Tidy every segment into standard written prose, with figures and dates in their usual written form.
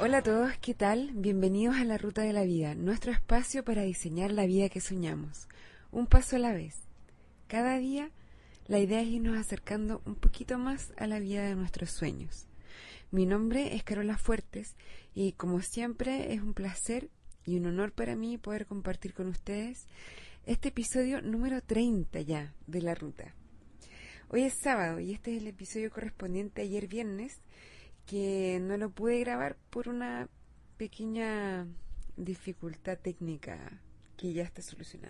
Hola a todos, ¿qué tal? Bienvenidos a La Ruta de la Vida, nuestro espacio para diseñar la vida que soñamos, un paso a la vez. Cada día la idea es irnos acercando un poquito más a la vida de nuestros sueños. Mi nombre es Carola Fuertes y como siempre es un placer y un honor para mí poder compartir con ustedes este episodio número 30 ya de La Ruta. Hoy es sábado y este es el episodio correspondiente a ayer viernes, que no lo pude grabar por una pequeña dificultad técnica que ya está solucionada.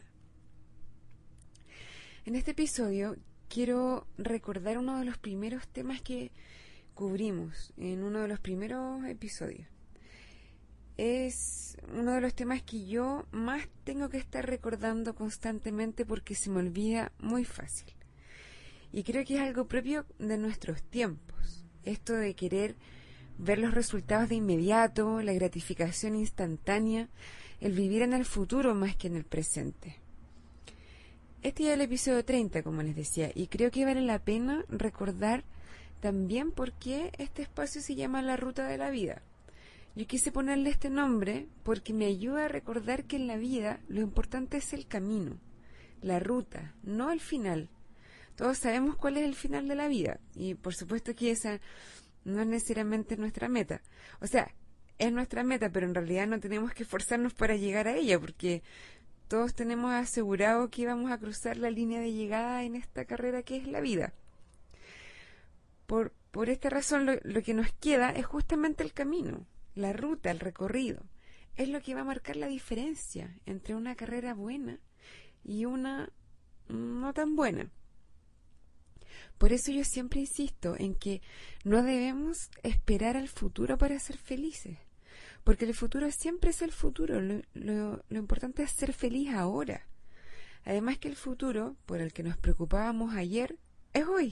En este episodio quiero recordar uno de los primeros temas que cubrimos en uno de los primeros episodios. Es uno de los temas que yo más tengo que estar recordando constantemente porque se me olvida muy fácil. Y creo que es algo propio de nuestros tiempos. Esto de querer ver los resultados de inmediato, la gratificación instantánea, el vivir en el futuro más que en el presente. Este ya es el episodio 30, como les decía, y creo que vale la pena recordar también por qué este espacio se llama La Ruta de la Vida. Yo quise ponerle este nombre porque me ayuda a recordar que en la vida lo importante es el camino, la ruta, no el final. Todos sabemos cuál es el final de la vida y por supuesto que esa no es necesariamente nuestra meta. O sea, es nuestra meta, pero en realidad no tenemos que esforzarnos para llegar a ella porque todos tenemos asegurado que vamos a cruzar la línea de llegada en esta carrera que es la vida. Por esta razón lo que nos queda es justamente el camino, la ruta, el recorrido. Es lo que va a marcar la diferencia entre una carrera buena y una no tan buena. Por eso yo siempre insisto en que no debemos esperar al futuro para ser felices, porque el futuro siempre es el futuro, lo importante es ser feliz ahora. Además que el futuro, por el que nos preocupábamos ayer, es hoy.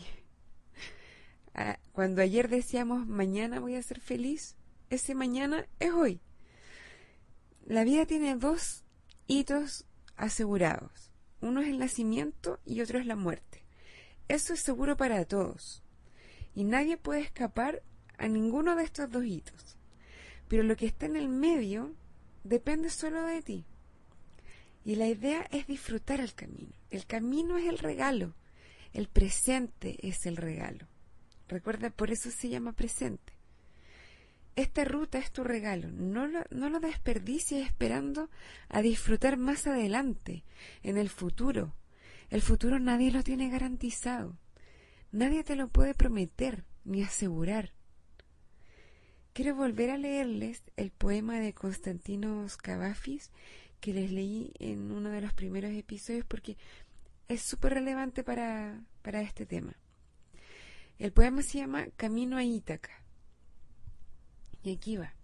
Cuando ayer decíamos mañana voy a ser feliz, ese mañana es hoy. La vida tiene dos hitos asegurados, uno es el nacimiento y otro es la muerte. Eso es seguro para todos y nadie puede escapar a ninguno de estos dos hitos. Pero lo que está en el medio depende solo de ti. Y la idea es disfrutar el camino. El camino es el regalo. El presente es el regalo. Recuerda, por eso se llama presente. Esta ruta es tu regalo. No lo desperdicies esperando a disfrutar más adelante, en el futuro. El futuro nadie lo tiene garantizado. Nadie te lo puede prometer ni asegurar. Quiero volver a leerles el poema de Constantinos Cavafis que les leí en uno de los primeros episodios porque es súper relevante para este tema. El poema se llama Camino a Ítaca. Y aquí va.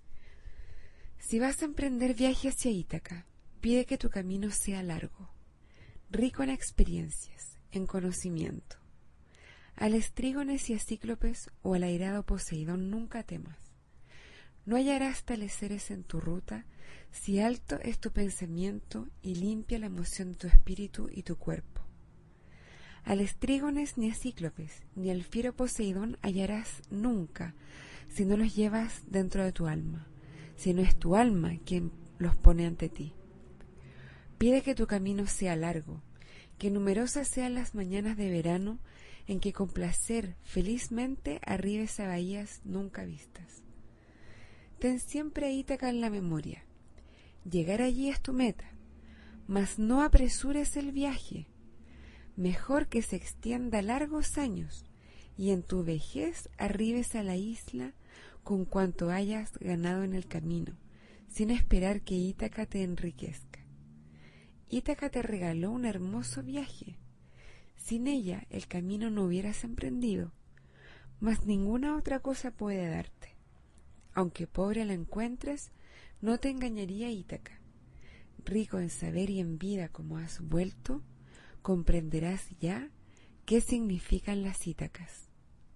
Si vas a emprender viaje hacia Ítaca, pide que tu camino sea largo, rico en experiencias, en conocimiento. Al Estrígones y a Cíclopes o al airado Poseidón nunca temas. No hallarás tales seres en tu ruta si alto es tu pensamiento y limpia la emoción de tu espíritu y tu cuerpo. Al Estrígones ni a Cíclopes ni al fiero Poseidón hallarás nunca si no los llevas dentro de tu alma, si no es tu alma quien los pone ante ti. Pide que tu camino sea largo, que numerosas sean las mañanas de verano en que con placer, felizmente, arribes a bahías nunca vistas. Ten siempre a Ítaca en la memoria. Llegar allí es tu meta, mas no apresures el viaje. Mejor que se extienda largos años y en tu vejez arribes a la isla con cuanto hayas ganado en el camino, sin esperar que Ítaca te enriquezca. Ítaca te regaló un hermoso viaje. Sin ella el camino no hubieras emprendido, mas ninguna otra cosa puede darte. Aunque pobre la encuentres, no te engañaría Ítaca. Rico en saber y en vida como has vuelto, comprenderás ya qué significan las Ítacas.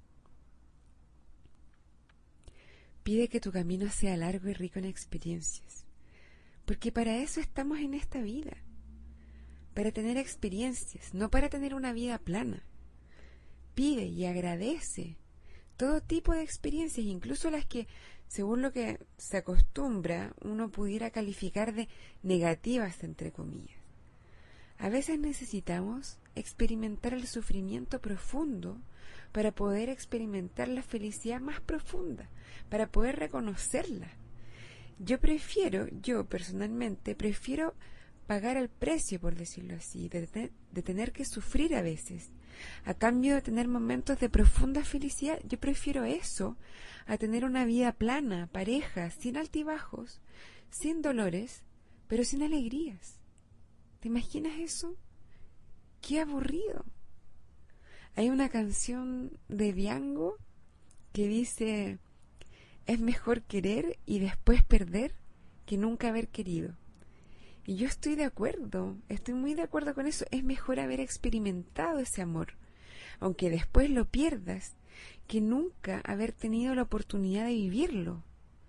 Pide que tu camino sea largo y rico en experiencias, porque para eso estamos en esta vida. Para tener experiencias, no para tener una vida plana. Pide y agradece todo tipo de experiencias, incluso las que según lo que se acostumbra, uno pudiera calificar de negativas, entre comillas. A veces necesitamos experimentar el sufrimiento profundo para poder experimentar la felicidad más profunda, para poder reconocerla. Yo personalmente prefiero pagar el precio, por decirlo así, de tener que sufrir a veces, a cambio de tener momentos de profunda felicidad. Yo prefiero eso a tener una vida plana, pareja, sin altibajos, sin dolores, pero sin alegrías. ¿Te imaginas eso? ¡Qué aburrido! Hay una canción de Diango que dice: es mejor querer y después perder que nunca haber querido. Y yo estoy de acuerdo, estoy muy de acuerdo con eso. Es mejor haber experimentado ese amor, aunque después lo pierdas, que nunca haber tenido la oportunidad de vivirlo.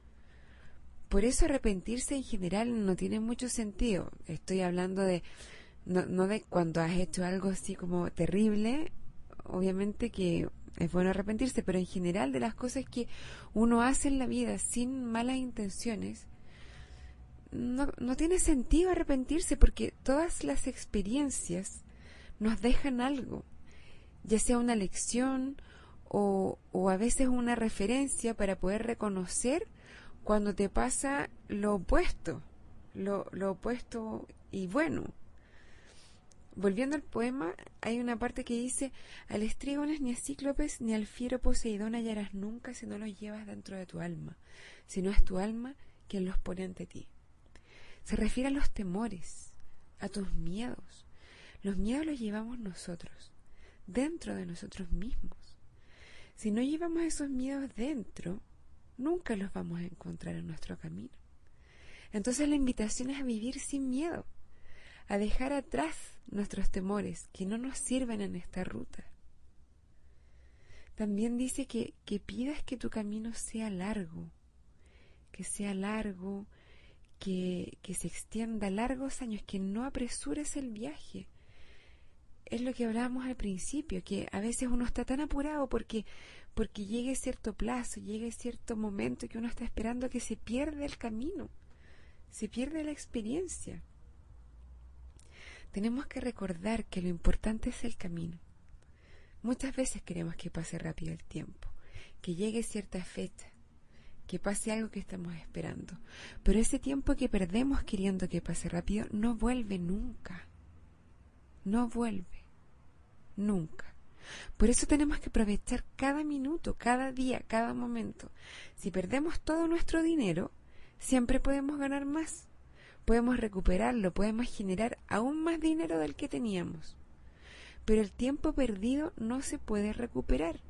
Por eso arrepentirse en general no tiene mucho sentido. Estoy hablando de no de cuando has hecho algo así como terrible. Obviamente que es bueno arrepentirse, pero en general de las cosas que uno hace en la vida sin malas intenciones, no tiene sentido arrepentirse, porque todas las experiencias nos dejan algo, ya sea una lección o a veces una referencia para poder reconocer cuando te pasa lo opuesto, lo opuesto y bueno. Volviendo al poema, hay una parte que dice: al estrígones ni a cíclopes ni al fiero Poseidón hallarás nunca si no los llevas dentro de tu alma, si no es tu alma quien los pone ante ti. Se refiere a los temores, a tus miedos. Los miedos los llevamos nosotros, dentro de nosotros mismos. Si no llevamos esos miedos dentro, nunca los vamos a encontrar en nuestro camino. Entonces la invitación es a vivir sin miedo, a dejar atrás nuestros temores que no nos sirven en esta ruta. También dice que pidas que tu camino sea largo, que se extienda largos años, que no apresures el viaje. Es lo que hablábamos al principio, que a veces uno está tan apurado porque llegue cierto plazo, llegue cierto momento que uno está esperando, que se pierde el camino, se pierde la experiencia. Tenemos que recordar que lo importante es el camino. Muchas veces queremos que pase rápido el tiempo, que llegue cierta fecha, que pase algo que estamos esperando. Pero ese tiempo que perdemos queriendo que pase rápido no vuelve nunca. No vuelve nunca. Por eso tenemos que aprovechar cada minuto, cada día, cada momento. Si perdemos todo nuestro dinero, siempre podemos ganar más. Podemos recuperarlo, podemos generar aún más dinero del que teníamos. Pero el tiempo perdido no se puede recuperar.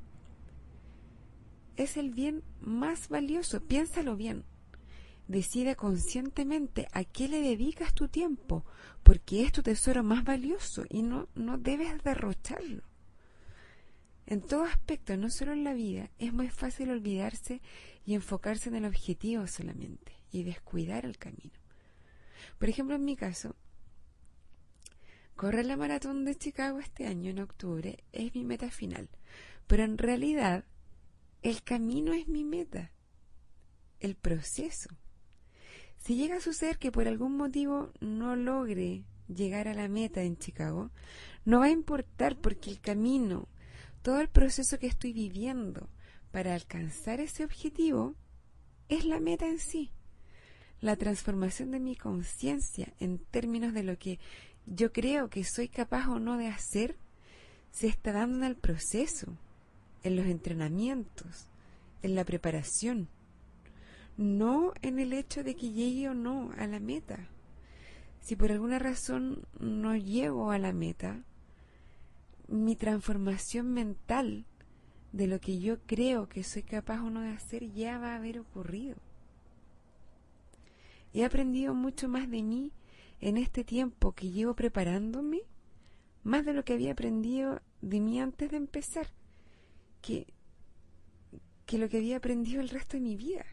Es el bien más valioso, piénsalo bien. Decide conscientemente a qué le dedicas tu tiempo, porque es tu tesoro más valioso y no debes derrocharlo. En todo aspecto, no solo en la vida, es muy fácil olvidarse y enfocarse en el objetivo solamente y descuidar el camino. Por ejemplo, en mi caso, correr la maratón de Chicago este año en octubre es mi meta final, pero en realidad el camino es mi meta, el proceso. Si llega a suceder que por algún motivo no logre llegar a la meta en Chicago, no va a importar, porque el camino, todo el proceso que estoy viviendo para alcanzar ese objetivo, es la meta en sí. La transformación de mi conciencia en términos de lo que yo creo que soy capaz o no de hacer se está dando en el proceso, en los entrenamientos, en la preparación, no en el hecho de que llegue o no a la meta. Si por alguna razón no llego a la meta, mi transformación mental de lo que yo creo que soy capaz o no de hacer ya va a haber ocurrido. He aprendido mucho más de mí en este tiempo que llevo preparándome, más de lo que había aprendido de mí antes de empezar, que lo que había aprendido el resto de mi vida.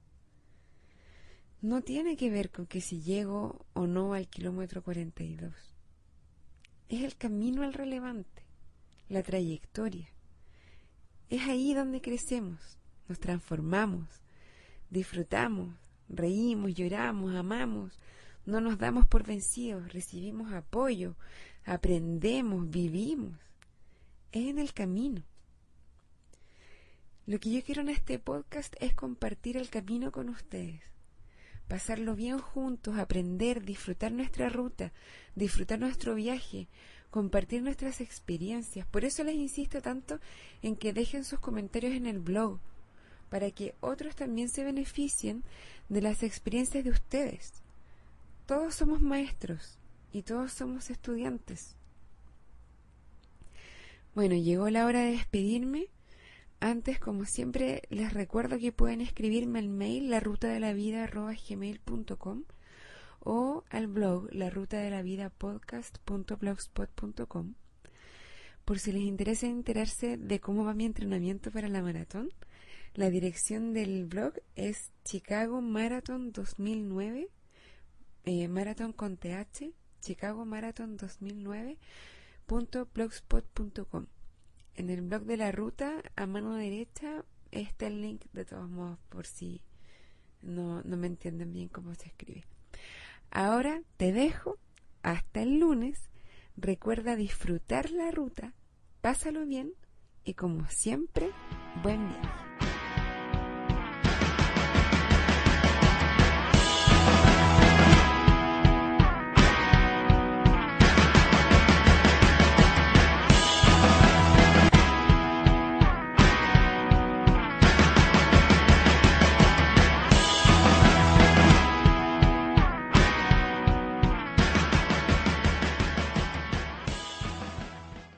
No tiene que ver con que si llego o no al kilómetro 42. Es el camino el relevante, la trayectoria. Es ahí donde crecemos, nos transformamos, disfrutamos, reímos, lloramos, amamos, no nos damos por vencidos, recibimos apoyo, aprendemos, vivimos. Es en el camino. Lo que yo quiero en este podcast es compartir el camino con ustedes, pasarlo bien juntos, aprender, disfrutar nuestra ruta, disfrutar nuestro viaje, compartir nuestras experiencias. Por eso les insisto tanto en que dejen sus comentarios en el blog, para que otros también se beneficien de las experiencias de ustedes. Todos somos maestros y todos somos estudiantes. Bueno, llegó la hora de despedirme. Antes, como siempre, les recuerdo que pueden escribirme al mail larutadelavida@gmail.com o al blog larutadelavida.podcast.blogspot.com. Por si les interesa enterarse de cómo va mi entrenamiento para la maratón, la dirección del blog es Chicago Marathon 2009, Marathon con TH, Chicago Marathon 2009.blogspot.com. En el blog de la ruta, a mano derecha, está el link, de todos modos, por si no me entienden bien cómo se escribe. Ahora te dejo hasta el lunes. Recuerda disfrutar la ruta, pásalo bien y, como siempre, buen viaje.